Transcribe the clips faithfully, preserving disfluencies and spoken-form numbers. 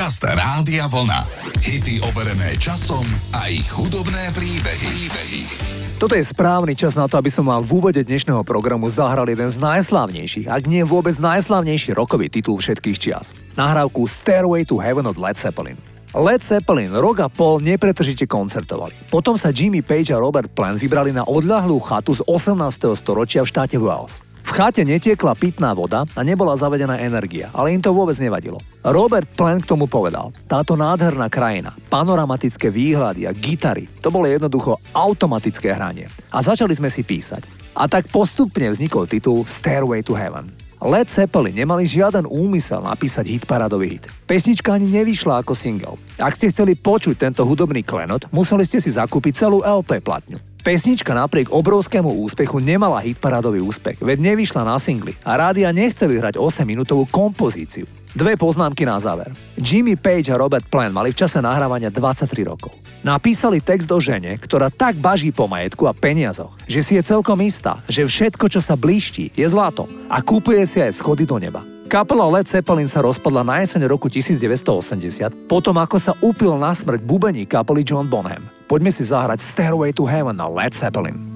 Podcast Rádia Vlna. Hity overené časom a ich hudobné príbehy. príbehy. Toto je správny čas na to, aby som vám v úvode dnešného programu zahral jeden z najslávnejších, ak nie vôbec najslávnejší rokový titul všetkých čias. Nahrávku Stairway to Heaven od Led Zeppelin. Led Zeppelin rok a pol nepretržite koncertovali. Potom sa Jimmy Page a Robert Plant vybrali na odľahlú chatu z osemnásteho storočia v štáte Wales. V chate netiekla pitná voda a nebola zavedená energia, ale im to vôbec nevadilo. Robert Plant k tomu povedal: táto nádherná krajina, panoramatické výhľady a gitary, to bolo jednoducho automatické hranie. A začali sme si písať. A tak postupne vznikol titul Stairway to Heaven. Led Zeppelin nemali žiaden úmysel napísať hitparádový hit. Pesnička ani nevyšla ako single. Ak ste chceli počuť tento hudobný klenot, museli ste si zakúpiť celú el pé platňu. Pesnička napriek obrovskému úspechu nemala hitparádový úspech, veď nevyšla na singli a rádia nechceli hrať osemminútovú kompozíciu. Dve poznámky na záver. Jimmy Page a Robert Plant mali v čase nahrávania dvadsaťtri rokov. Napísali text o žene, ktorá tak baží po majetku a peniazoch, že si je celkom istá, že všetko, čo sa blíšti, je zlato a kúpuje si aj schody do neba. Kapela Led Zeppelin sa rozpadla na jeseň roku devätnásťstoosemdesiat, potom ako sa upil na smrť bubeník kapely John Bonham. Poďme si zahrať Stairway to Heaven na Led Zeppelin.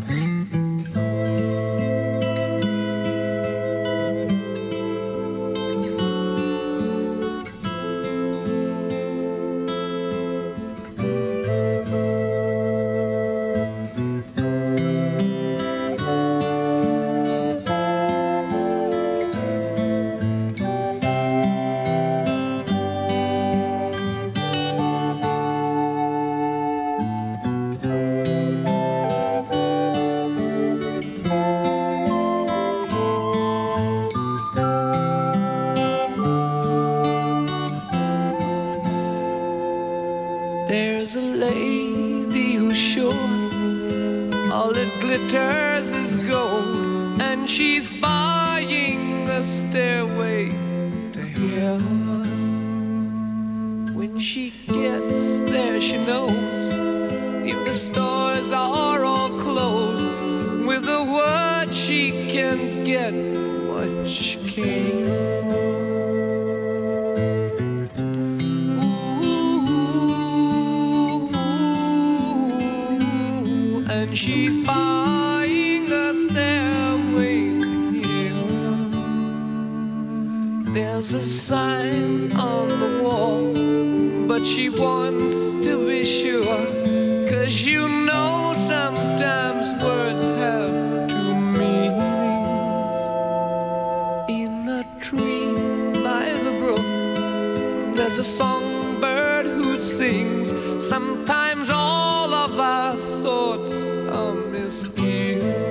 There's a lady who's sure all that glitters is gold, and she's buying a stairway to heaven. When she gets there, she knows if the stores are all closed, with a word she can get what she came for. And she's buying a stairway to heaven. There's a sign on the wall, but she wants to be sure, 'cause you know sometimes words have two meanings. In a tree by the brook, there's a songbird who sings. Sometimes all of our thoughts are misgiven.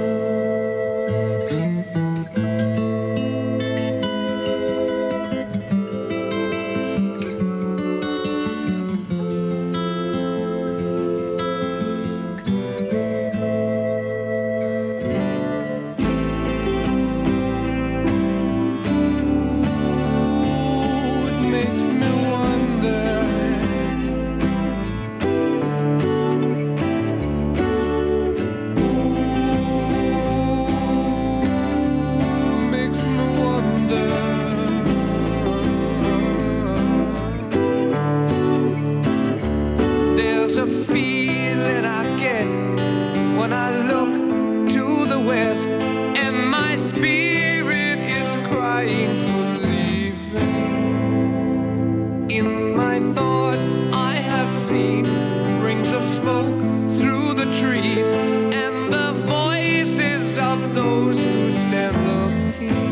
There's a feeling I get when I look to the west, and my spirit is crying for leaving. In my thoughts I have seen rings of smoke through the trees, and the voices of those who stand looking.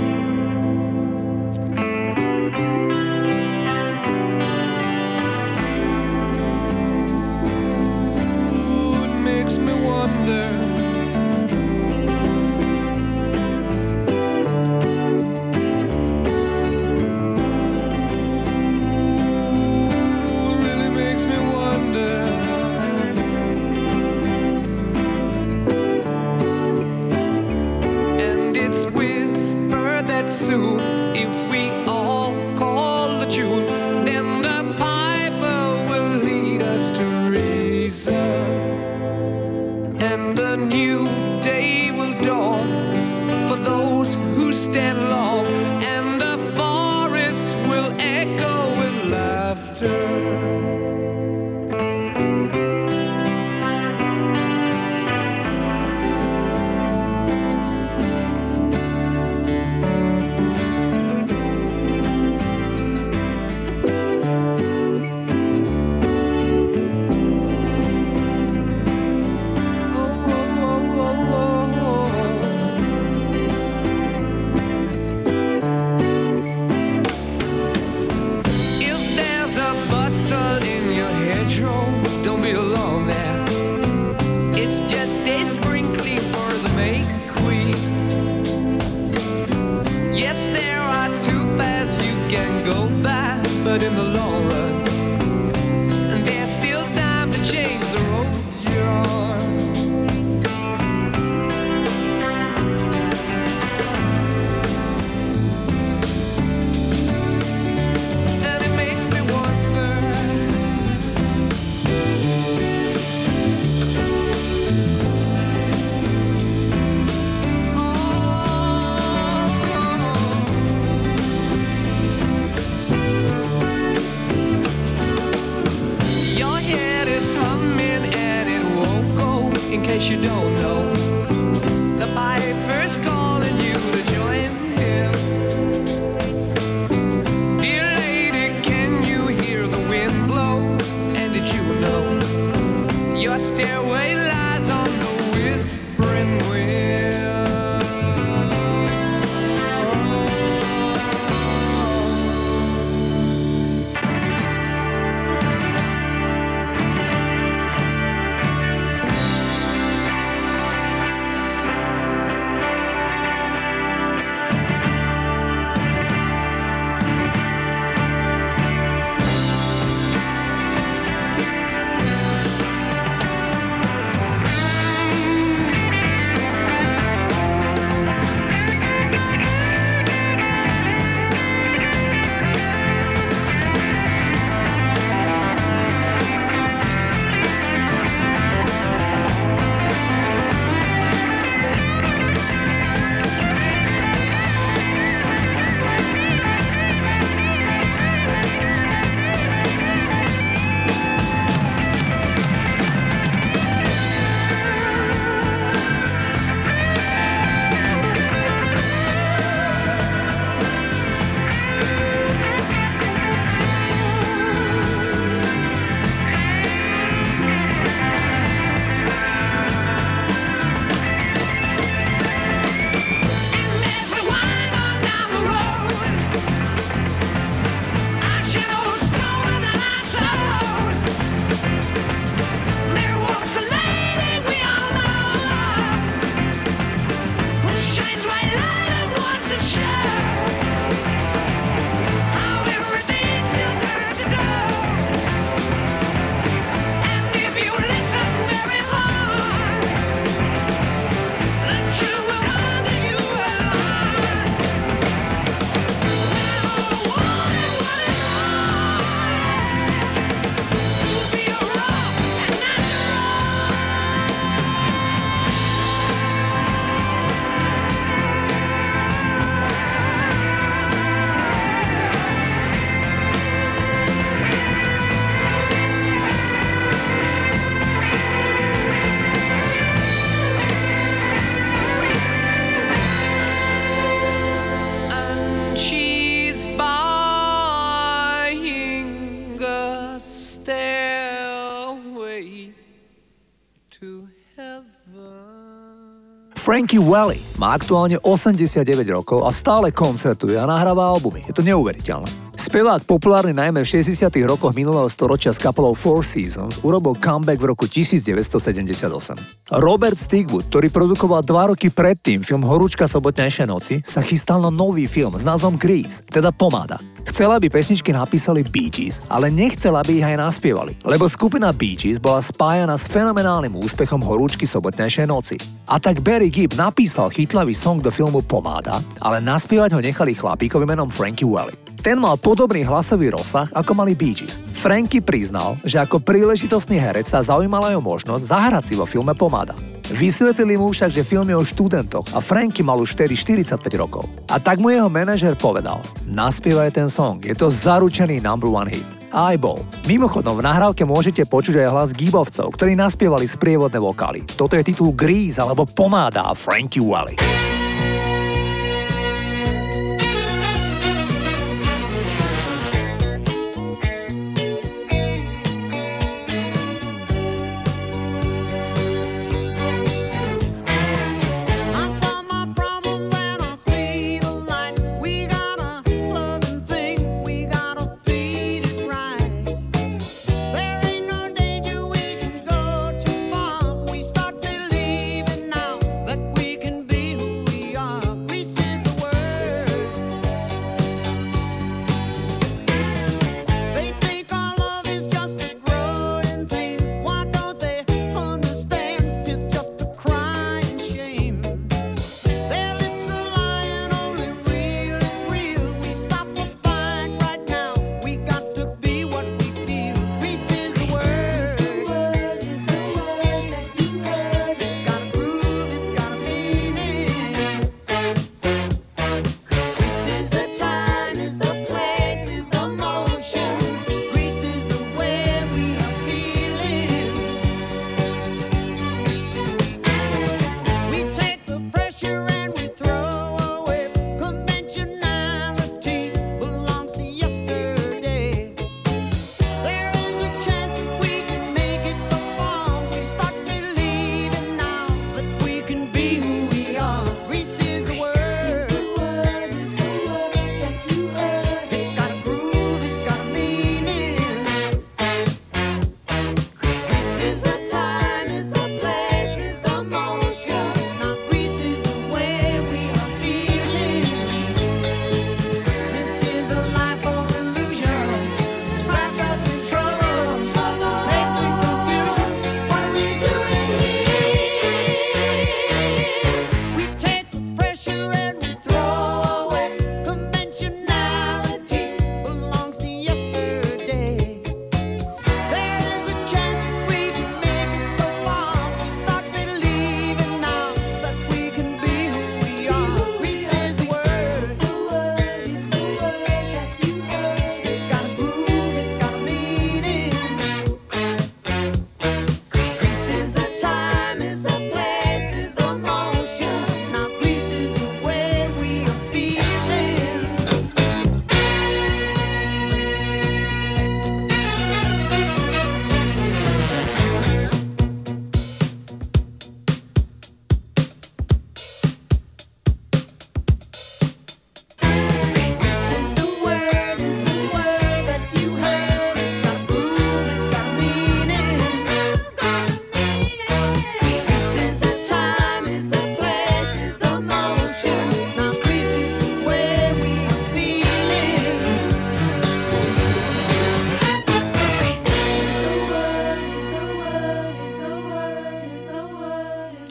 spring clean for the May Queen. Yes, there are two paths you can go by, but in the long run, there's still time to change the road you're on. And it makes me wonder, your head is humming and it won't go. In case you don't know, the piper's calling you to join him. Dear lady, can you hear the wind blow? And did you know your stairway lies on the whispering wind? Frankie Valli má aktuálne osemdesiatdeväť rokov a stále koncertuje a nahráva albumy. Je to neuveriteľné. Spevák, populárny najmä v šesťdesiatych rokoch minulého storočia s kapelou Four Seasons, urobil comeback v roku devätnásťsedemdesiatosem. Robert Stigwood, ktorý produkoval dva roky predtým film Horúčka sobotnejšej noci, sa chystal na nový film s názvom Grease, teda Pomáda. Chcel, aby pesničky napísali Bee Gees, ale nechcel, aby ich aj naspievali, lebo skupina Bee Gees bola spájana s fenomenálnym úspechom Horúčky sobotnejšej noci. A tak Barry Gibb napísal chytlavý song do filmu Pomáda, ale naspievať ho nechali chlapíkovi menom Frankie Valli. Ten mal podobný hlasový rozsah, ako mali Bee Gees. Frankie priznal, že ako príležitostný herec sa zaujímal aj o možnosť zahrať si vo filme Pomáda. Vysvetlili mu však, že film je o študentoch a Frankie mal už vtedy štyridsaťpäť rokov. A tak mu jeho manažer povedal: naspievaj ten song, je to zaručený number one hit. A aj bol. Mimochodom, v nahrávke môžete počuť aj hlas Gibbovcov, ktorí naspievali sprievodné vokály. Toto je titul Grease alebo Pomáda a Frankie Valli. There ain't no danger we can go too far. We start believing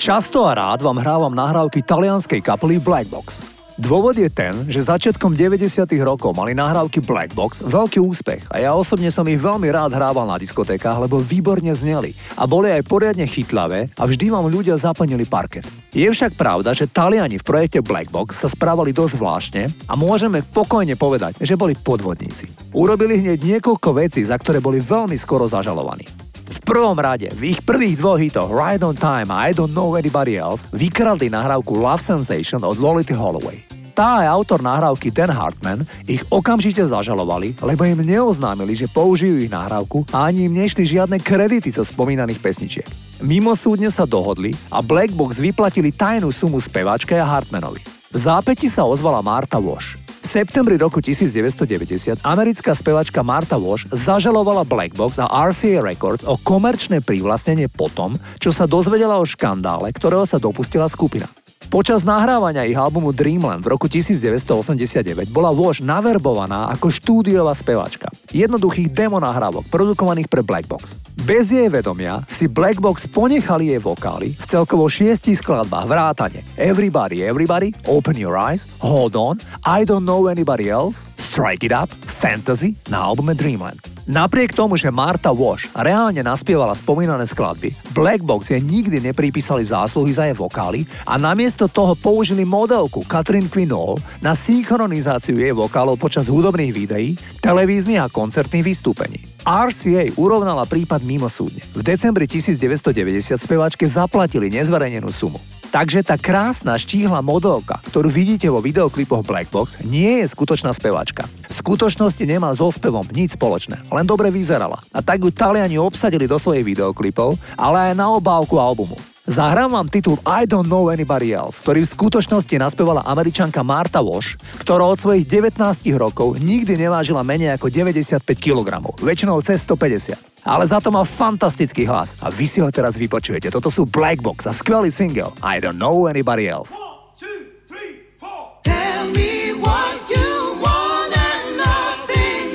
Často a rád vám hrávam nahrávky talianskej kapely Black Box. Dôvod je ten, že začiatkom deväťdesiatych rokov mali nahrávky Black Box veľký úspech a ja osobne som ich veľmi rád hrával na diskotékach, lebo výborne zneli a boli aj poriadne chytľavé a vždy vám ľudia zaplnili parket. Je však pravda, že Taliani v projekte Black Box sa správali dosť zvláštne a môžeme pokojne povedať, že boli podvodníci. Urobili hneď niekoľko vecí, za ktoré boli veľmi skoro zažalovaní. V prvom rade, v ich prvých dvoch hitoch Right on Time a I Don't Know Anybody Else vykradli nahrávku Love Sensation od Lolity Holloway. Tá aj autor nahrávky Dan Hartman ich okamžite zažalovali, lebo im neoznámili, že použijú ich nahrávku a ani im nešli žiadne kredity zo spomínaných pesničiek. Mimosúdne sa dohodli a Black Box vyplatili tajnú sumu speváčke a Hartmanovi. V zápäti sa ozvala Martha Wash. V septembri roku devätnásťstodeväťdesiat americká spevačka Martha Wash zažalovala Black Box a er cé á Records o komerčné privlastnenie po tom, čo sa dozvedela o škandále, ktorého sa dopustila skupina. Počas nahrávania ich albumu Dreamland v roku devätnásťstoosemdesiatdeväť bola Wash naverbovaná ako štúdiová speváčka. Jednoduchých demo nahrávok produkovaných pre Black Box. Bez jej vedomia si Black Box ponechali jej vokály v celkovo šiestich skladbách vrátane Everybody Everybody, Open Your Eyes, Hold On, I Don't Know Anybody Else, Strike It Up, Fantasy na albume Dreamland. Napriek tomu, že Martha Wash reálne naspievala spomínané skladby, Black Box jej nikdy nepripísali zásluhy za jej vokály a namiesto toho použili modelku Catherine Quinol na synchronizáciu jej vokálov počas hudobných videí, televíznych a koncertných vystúpení. er cé á urovnala prípad mimosúdne. V decembri devätnásťstodeväťdesiat speváčke zaplatili nezverejnenú sumu. Takže tá krásna štíhla modelka, ktorú vidíte vo videoklipoch Black Box, nie je skutočná speváčka. V skutočnosti nemá so spevom nič spoločné, len dobre vyzerala. A tak ju Taliani obsadili do svojich videoklipov, ale aj na obálku albumu. Zahrám vám titul I Don't Know Anybody Else, ktorý v skutočnosti naspievala Američanka Martha Wash, ktorá od svojich devätnásť rokov nikdy nevážila menej ako deväťdesiatpäť kilogramov, väčšinou cez stopäťdesiat. Ale za to má fantastický hlas a vy si ho teraz vypočujete. Toto sú Black Box a skvelý single I Don't Know Anybody Else. One, two, three, four. Tell me what you want and nothing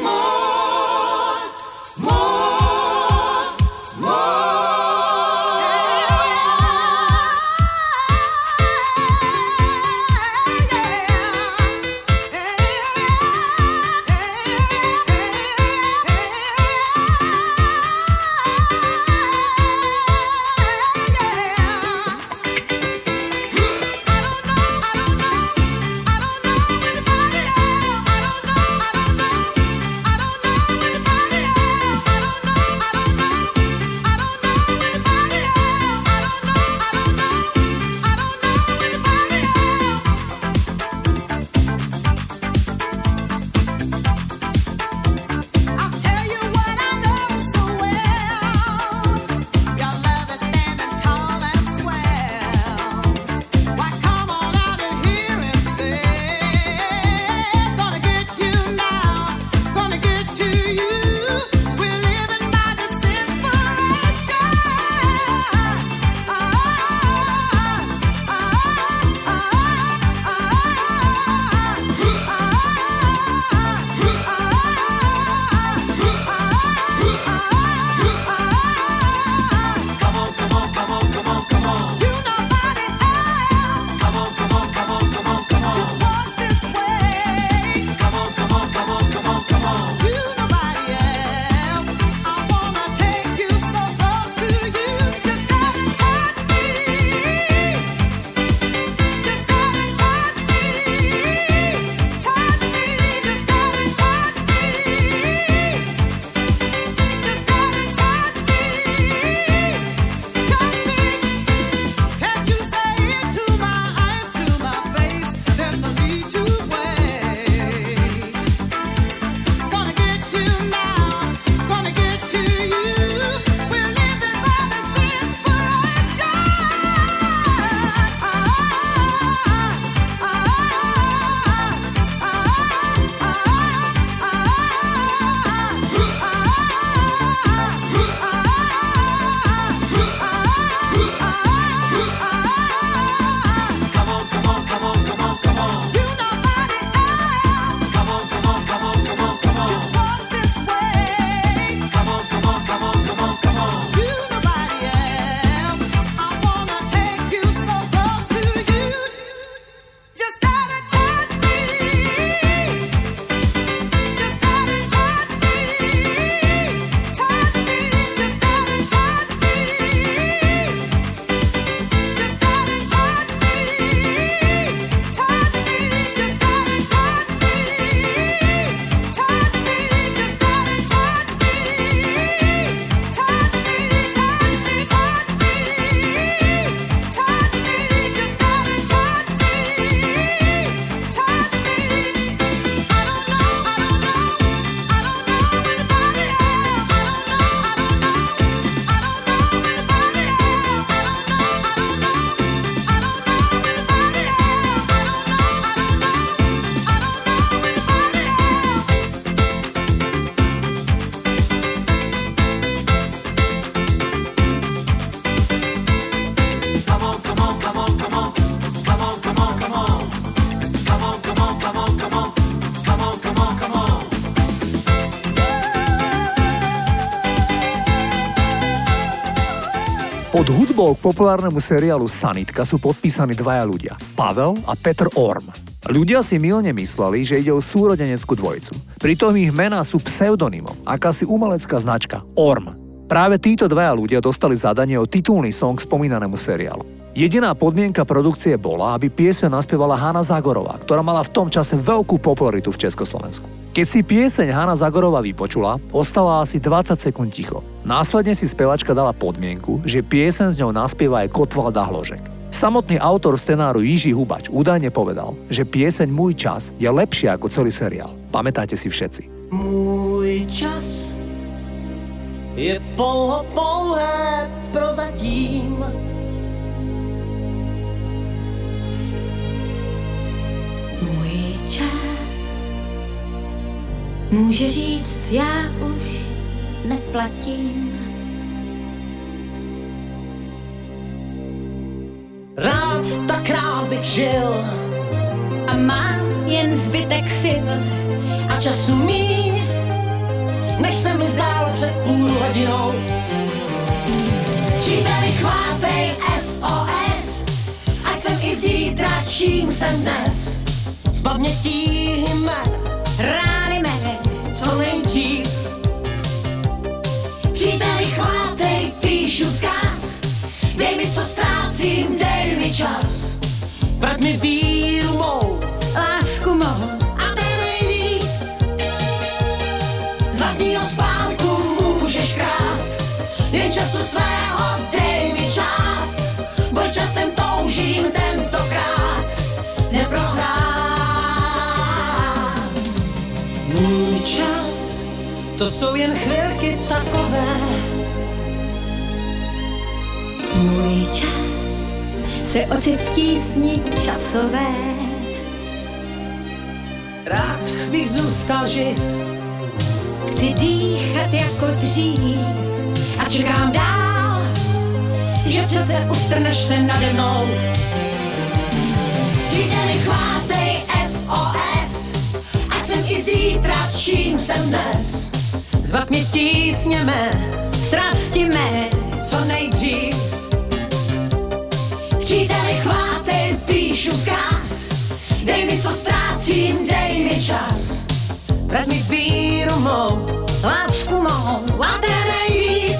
more. More, more. I don't know Pod hudbou k populárnemu seriálu Sanitka sú podpísaní dvaja ľudia, Pavel a Petr Orm. Ľudia si mylne mysleli, že ide o súrodeneckú dvojicu. Pritom ich mená sú pseudonymom, akási umelecká značka Orm. Práve títo dvaja ľudia dostali zadanie o titulný song spomínanému seriálu. Jediná podmienka produkcie bola, aby pieseň naspievala Hana Zagorová, ktorá mala v tom čase veľkú popularitu v Československu. Keď si pieseň Hana Zagorová vypočula, ostala asi dvadsať sekúnd ticho. Následne si spevačka dala podmienku, že pieseň s ňou naspieva aj Kotval Dahložek. Samotný autor scenáru Jiří Hubač údajne povedal, že pieseň Môj čas je lepšia ako celý seriál. Pamätáte si všetci. Můj čas je pouho pouhé prozatím. Můj čas může říct, já už neplatím. Rád tak rád bych žil A mám jen zbytek sil a času míň, než se mi zdálo před půl hodinou. Příteli, chvátej S O S, ať jsem i zítra, čím jsem dnes. Z pamětí jmen, rány mé. co nejdřív. Příteli, chvátej, píšu vzkaz, dej mi, co ztrácím, dej mi čas. Vrať mi víru mou, Lásku mou a ten nejvíc. Z vlastního spánku můžeš krást, jen času svého dej mi část. Bož časem toužím tentokrát neprohrát. Můj čas, to jsou jen chvilky takové. Můj čas se ocit v tísni časové. Rád bych zůstal živ, Chci dýchat jako dřív a čekám dál, že přece ustrneš se nade mnou. Příteli, chvátej S O S, ať jsem i zítra, čím jsem dnes. Zbav mě tísně mé, strasti mé. co nejdřív. Příteli, chvátej, píšu vzkaz, dej mi, co ztrácím, dej mi čas. Vrať mi víru mou, Lásku mou a ten nejvíc.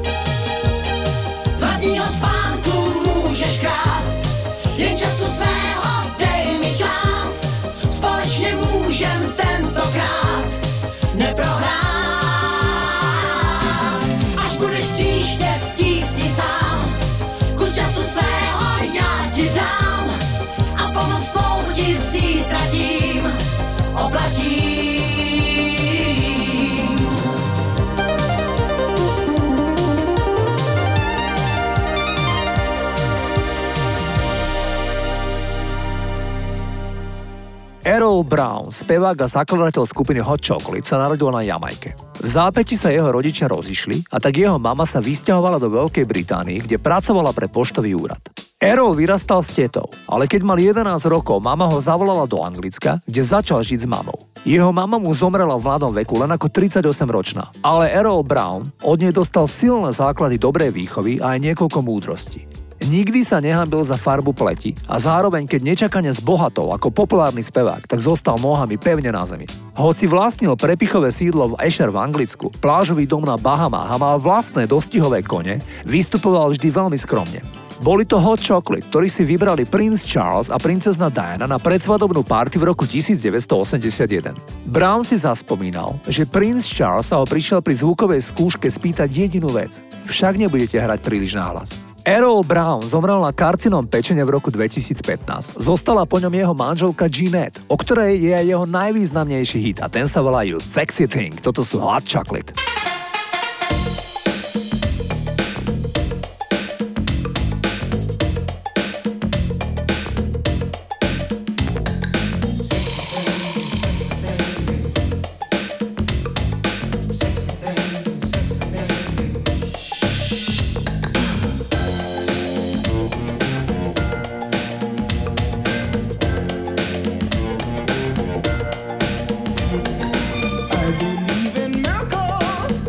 Z vlastního spánku můžeš krást, jen času svého dej mi část. Společně můžem tentokrát neprohrát. Až budeš příště v tísni sám, kus času svého já ti dám a pomoc svou ti zítra tím oplatím. Errol Brown, spevák a zakladateľ skupiny Hot Chocolate, sa narodil na Jamajke. V zápäti sa jeho rodičia rozišli a tak jeho mama sa vysťahovala do Veľkej Británii, kde pracovala pre poštový úrad. Errol vyrastal s tetou, ale keď mal jedenásť rokov, mama ho zavolala do Anglicka, kde začal žiť s mamou. Jeho mama mu zomrela v mladom veku len ako tridsaťosemročná, ale Errol Brown od nej dostal silné základy dobrej výchovy a aj niekoľko múdrostí. Nikdy sa nehanbil za farbu pleti a zároveň, keď nečakane zbohatol ako populárny spevák, tak zostal nohami pevne na zemi. Hoci vlastnil prepichové sídlo v Esher v Anglicku, plážový dom na Bahamách a mal vlastné dostihové kone, vystupoval vždy veľmi skromne. Boli to Hot Chocolate, ktorí si vybrali princ Charles a princezna Diana na predsvadobnú party v roku devätnásťstoosemdesiatjeden. Brown si zaspomínal, že princ Charles sa ho prišiel pri zvukovej skúške spýtať jedinú vec. Však nebudete hrať príliš nahlas. Errol Brown zomrel na karcinom pečene v roku dvetisícpätnásť. Zostala po ňom jeho manželka Jeanette, o ktorej je aj jeho najvýznamnejší hit a ten sa volá You Sexy Thing. Toto sú Hot Chocolate. I believe in miracles.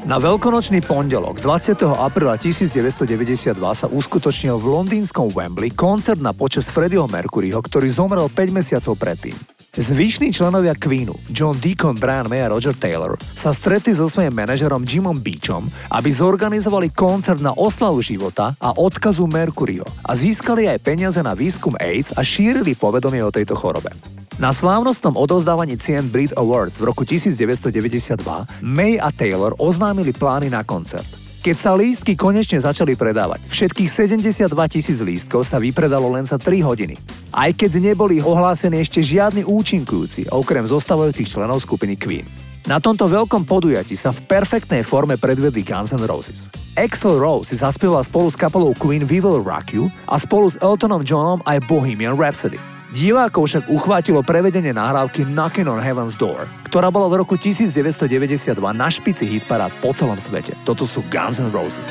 Na veľkonočný pondelok dvadsiateho apríla tisícdeväťstodeväťdesiatdva sa uskutočnil v londýnskom Wembley koncert na počesť Freddieho Mercuryho, ktorý zomrel päť mesiacov predtým. Zvyšní členovia Queenu, John Deacon, Brian May a Roger Taylor, sa stretli so svojím manažerom Jimom Beachom, aby zorganizovali koncert na oslavu života a odkazu Mercuryho a získali aj peniaze na výskum AIDS a šírili povedomie o tejto chorobe. Na slávnostnom odovzdávaní cien Brit Awards v roku devätnásťstodeväťdesiatdva May a Taylor oznámili plány na koncert. Keď sa lístky konečne začali predávať, všetkých sedemdesiatdva tisíc lístkov sa vypredalo len za tri hodiny. Aj keď neboli ohlásení ešte žiadni účinkujúci, okrem zostávajúcich členov skupiny Queen. Na tomto veľkom podujatí sa v perfektnej forme predvedli Guns N' Roses. Axl Rose si zaspieval spolu s kapelou Queen We Will Rock You a spolu s Eltonom Johnom aj Bohemian Rhapsody. Divákov však uchvátilo prevedenie nahrávky Knockin' on Heaven's Door, ktorá bola v roku devätnásťstodeväťdesiatdva na špici hitparád po celom svete. Toto sú Guns N' Roses.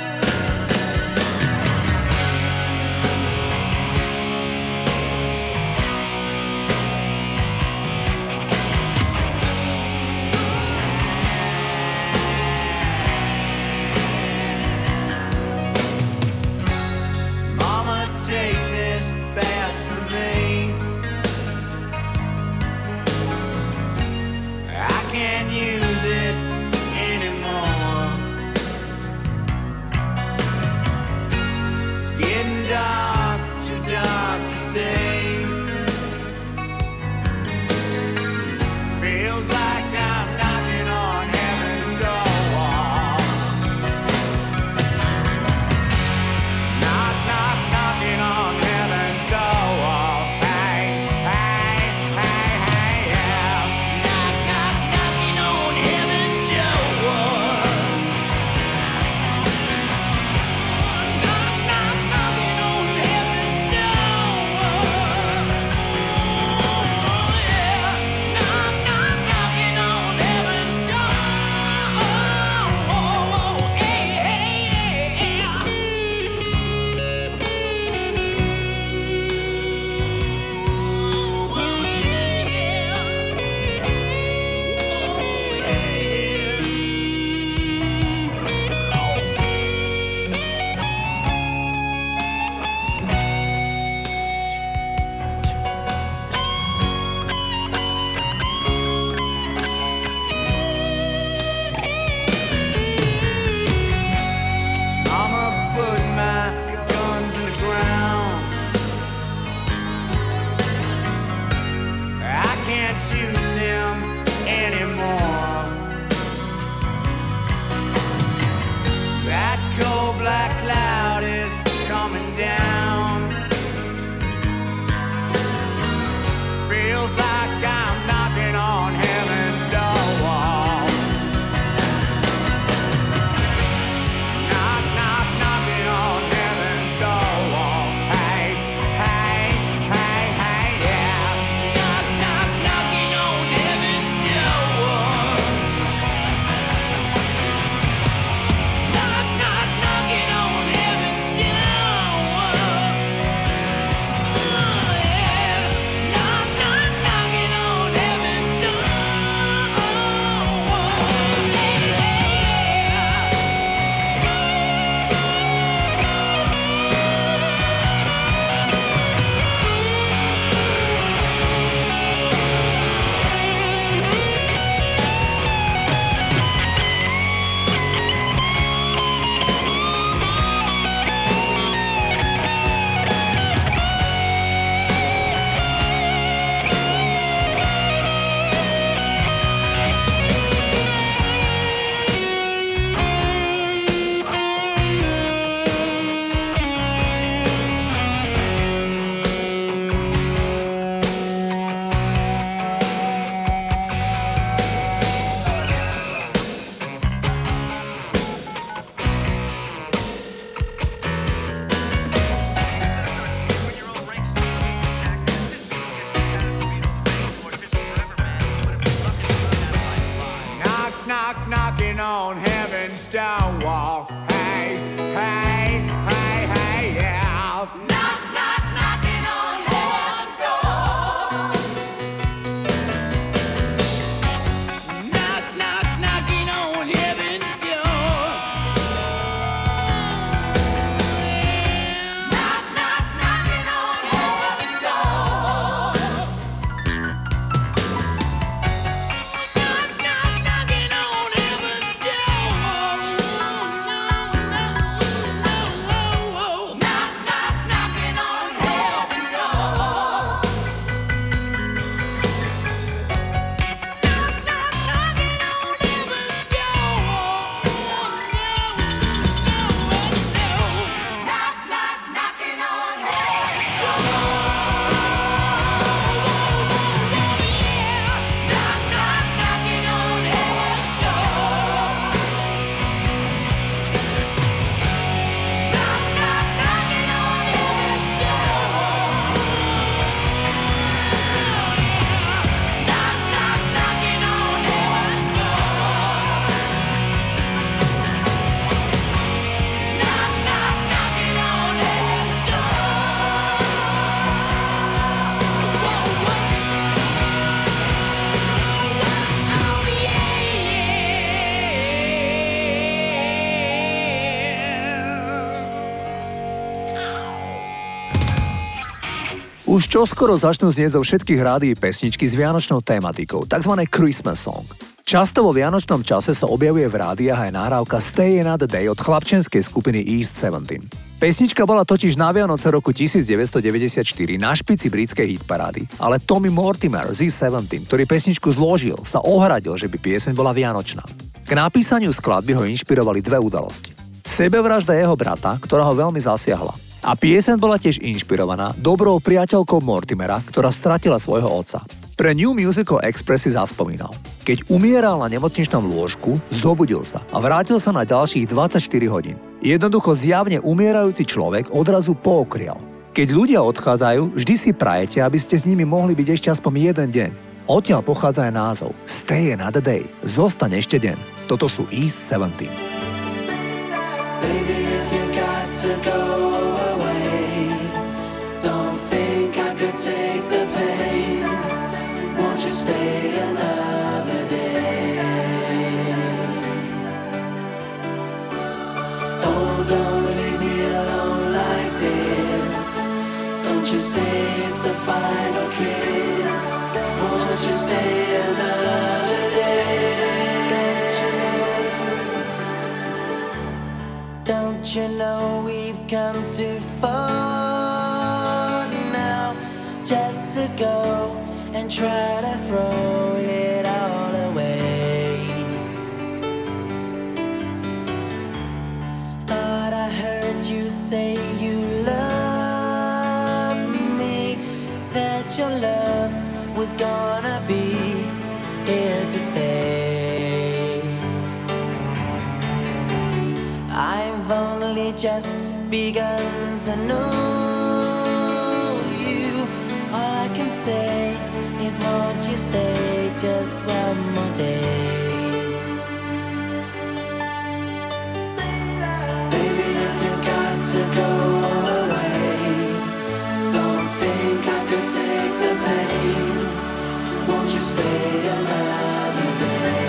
knocking on heaven's stone wall. Hey, hey, hey, hey, yeah. Knock, knock, knocking on heaven's door. Knock, knock, knocking on heaven's door. Už čoskoro začnú znieť zo všetkých rádií pesničky s vianočnou tematikou, tzv. Christmas song. Často vo vianočnom čase sa objavuje v rádiách aj nahrávka Stay Another Day od chlapčenskej skupiny East sedemnásť. Pesnička bola totiž na Vianoce roku devätnásťstodeväťdesiatštyri na špici britskej hitparády, ale Tommy Mortimer z East sedemnásť, ktorý pesničku zložil, sa ohradil, že by pieseň bola vianočná. K napísaniu skladby ho inšpirovali dve udalosti. Sebevražda jeho brata, ktorá ho veľmi zasiahla. A pieseň bola tiež inšpirovaná dobrou priateľkou Mortimera, ktorá stratila svojho otca. Pre New Musical Express si zaspomínal. Keď umieral na nemocničnom lôžku, zobudil sa a vrátil sa na ďalších dvadsaťštyri hodín. Jednoducho zjavne umierajúci človek odrazu pookrial. Keď ľudia odchádzajú, vždy si prajete, aby ste s nimi mohli byť ešte aspoň jeden deň. Odtiaľ pochádza aj názov Stay Another Day. Zostaň ešte deň. Toto sú East sedemnásť. Baby, if you got to go away, don't think I could take the pain. Won't you stay another day? Oh, don't leave me alone like this. Don't you say it's the final kiss. Won't you stay another day? Don't you know we've come too far now just to go and try to throw it all away? Thought I heard you say you love me, that your love was gonna be here to stay. I've only just begun to know you. All I can say is won't you stay just one more day? Baby, if you got to go away, don't think I could take the pain. Won't you stay another day?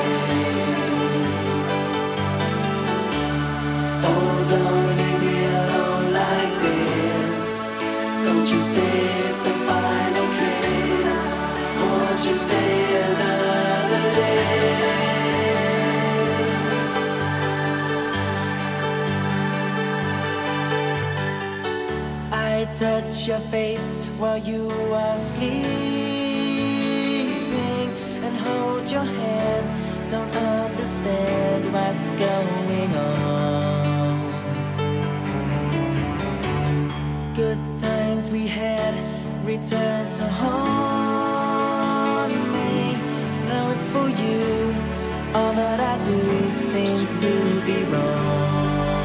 Oh, don't leave me alone like this. Don't you say it's the final kiss. Won't you stay another day? I touch your face while you are sleeping and hold your hand. Don't understand what's going on. Good times we had return to haunt me. Though it's for you, all that I do seems to be wrong.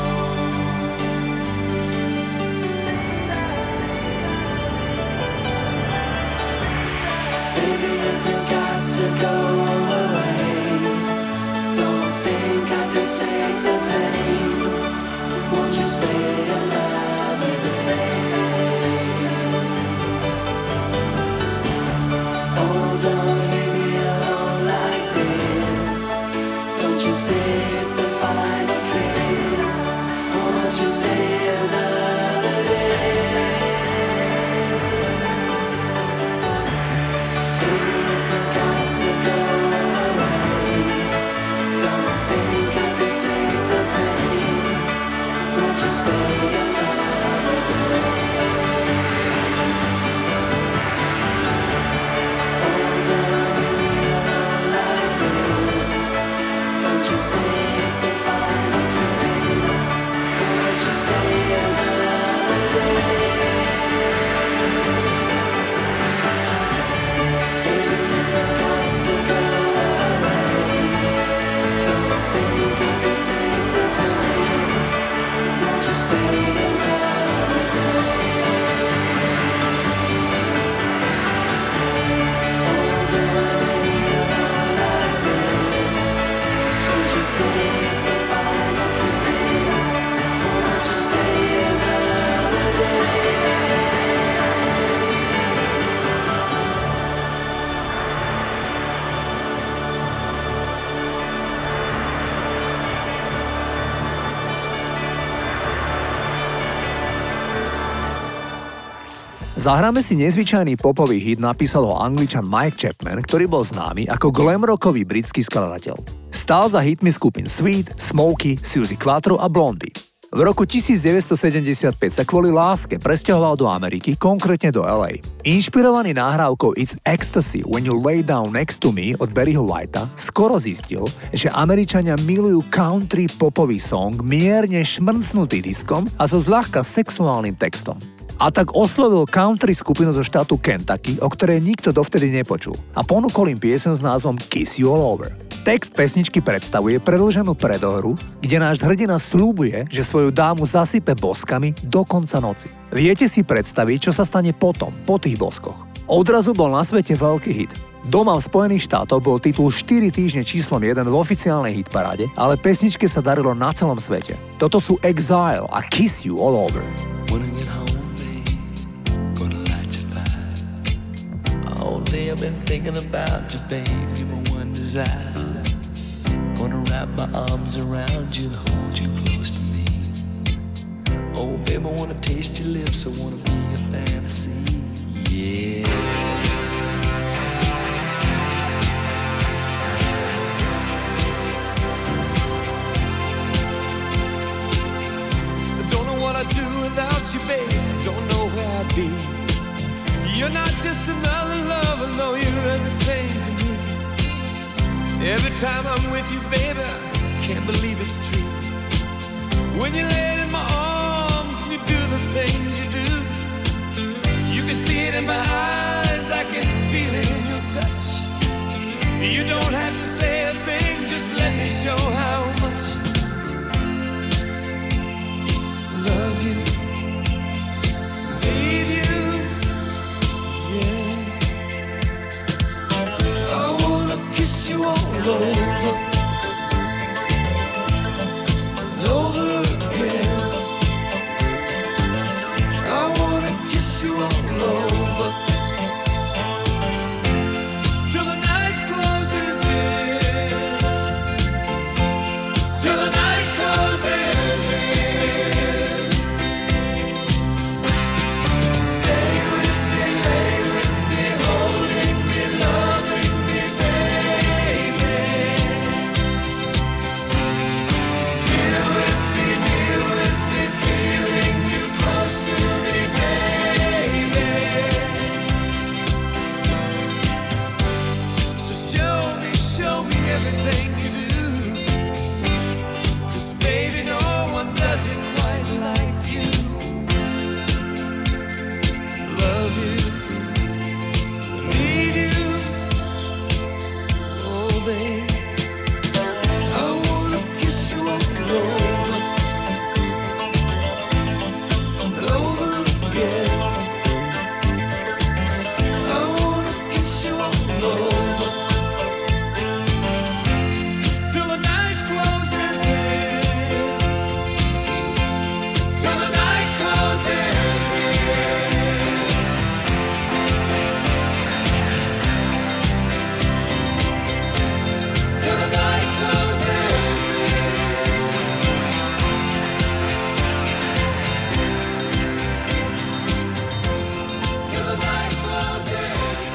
Baby, if you got to go away, don't think I could take the pain. Won't you stay another day? Oh, don't leave me alone like this. Don't you say it's the final kiss. Won't you stay another day? Baby, if you got to go Zahráme si nezvyčajný popový hit, napísal ho Angličan Mike Chapman, ktorý bol známy ako glamrockový britský skladateľ. Stál za hitmi skupín Sweet, Smokey, Suzy Quattro a Blondie. V roku devätnásťstosedemdesiatpäť sa kvôli láske presťahoval do Ameriky, konkrétne do el ej. Inšpirovaný nahrávkou It's Ecstasy When You Lay Down Next to Me od Barryho Whitea skoro zistil, že Američania milujú country popový song mierne šmrncnutý diskom a so zľahka sexuálnym textom. A tak oslovil country skupinu zo štátu Kentucky, o ktorej nikto dovtedy nepočul, a ponúkol im pieseň s názvom Kiss You All Over. Text pesničky predstavuje predĺženú predohru, kde náš hrdina sľubuje, že svoju dámu zasype boskami do konca noci. Viete si predstaviť, čo sa stane potom, po tých boskoch? Odrazu bol na svete veľký hit. Doma v Spojených štátoch bol titul štyri týždne číslom jeden v oficiálnej hitparáde, ale pesničke sa darilo na celom svete. Toto sú Exile a Kiss You All Over. All day I've been thinking about you, babe, you're my one desire. Gonna wrap my arms around you and hold you close to me. Oh, babe, I wanna taste your lips, I wanna be a fantasy, yeah. I don't know what I'd do without you, babe, don't know where I'd be. You're not just another lover, no, you're everything to me. Every time I'm with you, baby, I can't believe it's true. When you lay in my arms and you do the things you do, you can see it in my eyes, I can feel it in your touch. You don't have to say a thing, just let me show how much I love you, need you. Kiss you all over, all over again. I wanna kiss you all over till the night closes in, till the night closes in. Stay with me, lay with me, holding me, loving me, baby. Here with me, near with me, feeling you close to me, baby. So show me, show me everything you do, 'cause baby, no one does it quite like you. Love you, need you, oh babe. I wanna kiss you all over, all over again. I wanna kiss you all over till the night closes in, till the night closes in. Till the night closes in. Till the night closes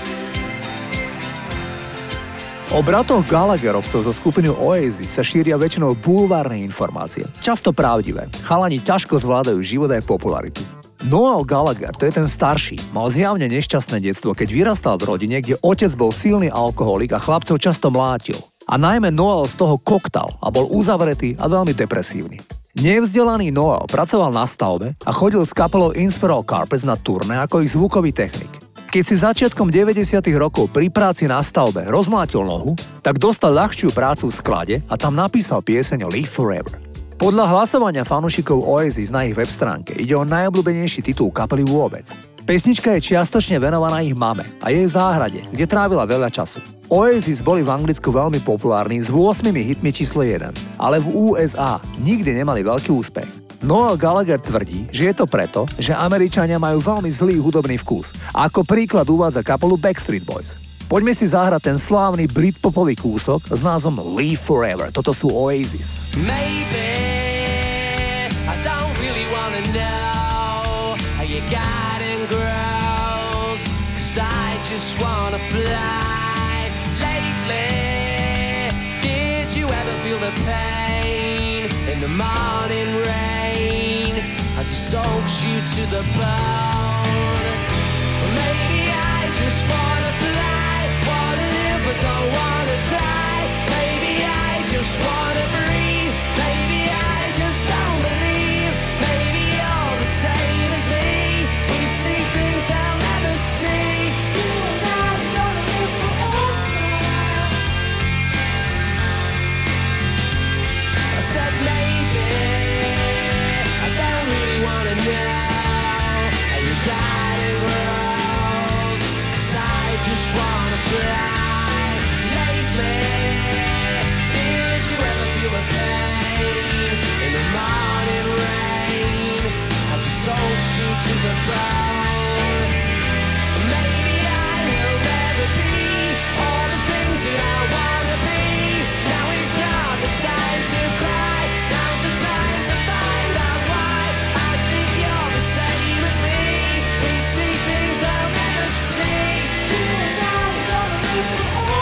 in. O bratoch Gallagherovcov zo skupiny Oasis sa šíria väčšinou bulvárne informácie. Často pravdivé. Chalani ťažko zvládajú život aj popularitu. Noel Gallagher, to je ten starší, mal zjavne nešťastné detstvo, keď vyrastal v rodine, kde otec bol silný alkoholik a chlapcov často mlátil. A najmä Noel z toho koktal a bol uzavretý a veľmi depresívny. Nevzdelaný Noel pracoval na stavbe a chodil s kapelou Inspiral Carpets na turné ako ich zvukový technik. Keď si začiatkom deväťdesiatych rokov pri práci na stavbe rozmlátil nohu, tak dostal ľahšiu prácu v sklade a tam napísal pieseň Live Forever. Podľa hlasovania fanúšikov Oasis na ich web stránke ide o najobľúbenejší titul kapely vôbec. Pesnička je čiastočne venovaná ich mame a jej záhrade, kde trávila veľa času. Oasis boli v Anglicku veľmi populárni s ôsmimi hitmi číslo jeden, ale v ú es á nikdy nemali veľký úspech. Noel Gallagher tvrdí, že je to preto, že Američania majú veľmi zlý hudobný vkus. A ako príklad uvádza kapelu Backstreet Boys. Poďme si zahrať ten slávny britpopový kúsok s názvom Live Forever. Toto sú Oasis. Maybe I don't really wanna know how you got in grows, 'cause I just wanna fly. Lately, did you ever feel the pain in the morning rain as it soaks you to the bone? Well, maybe I just wanna fly, wanna live but don't wanna die. Maybe I just wanna breathe, maybe I just don't believe. Maybe you're the same as me, we see things I'll never see. You and I are gonna live forever. I said maybe, I don't really wanna know how you got it rose, 'cause I just wanna fly. Lately, did you ever feel the pain in the morning rain as it soaks you to the bone? Maybe I will never be all the things that I wanna be. Now is not the time to cry, now's the time to find out why. I think you're the same as me, we see things I'll never see. You and I are gonna live forever.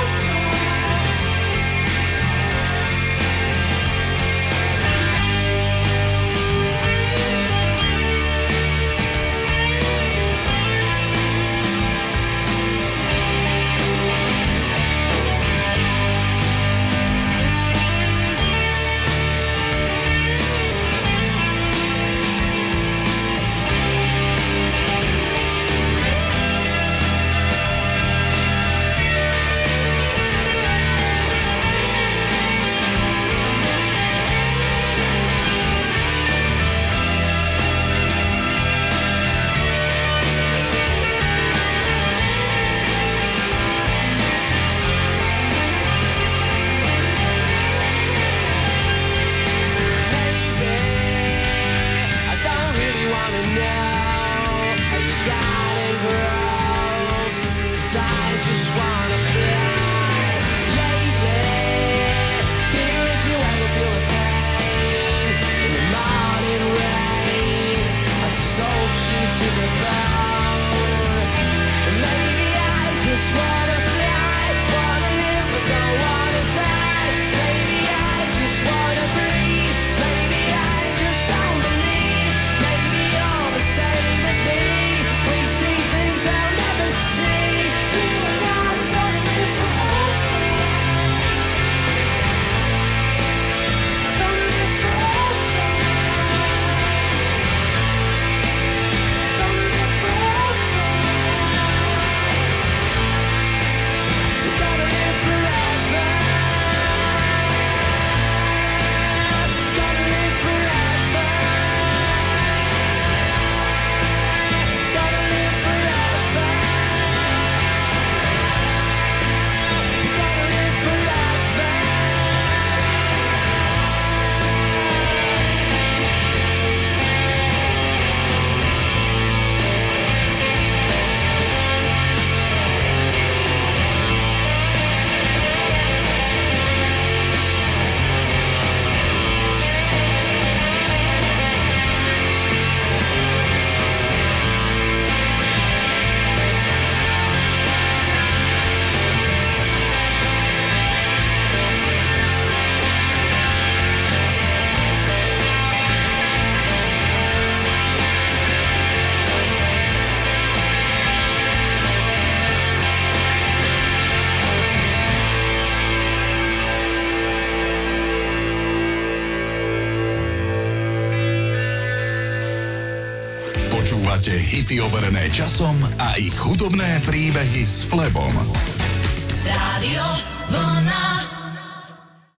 Počúvate hity overené časom a ich hudobné príbehy s Flebom. Rádio Vlna.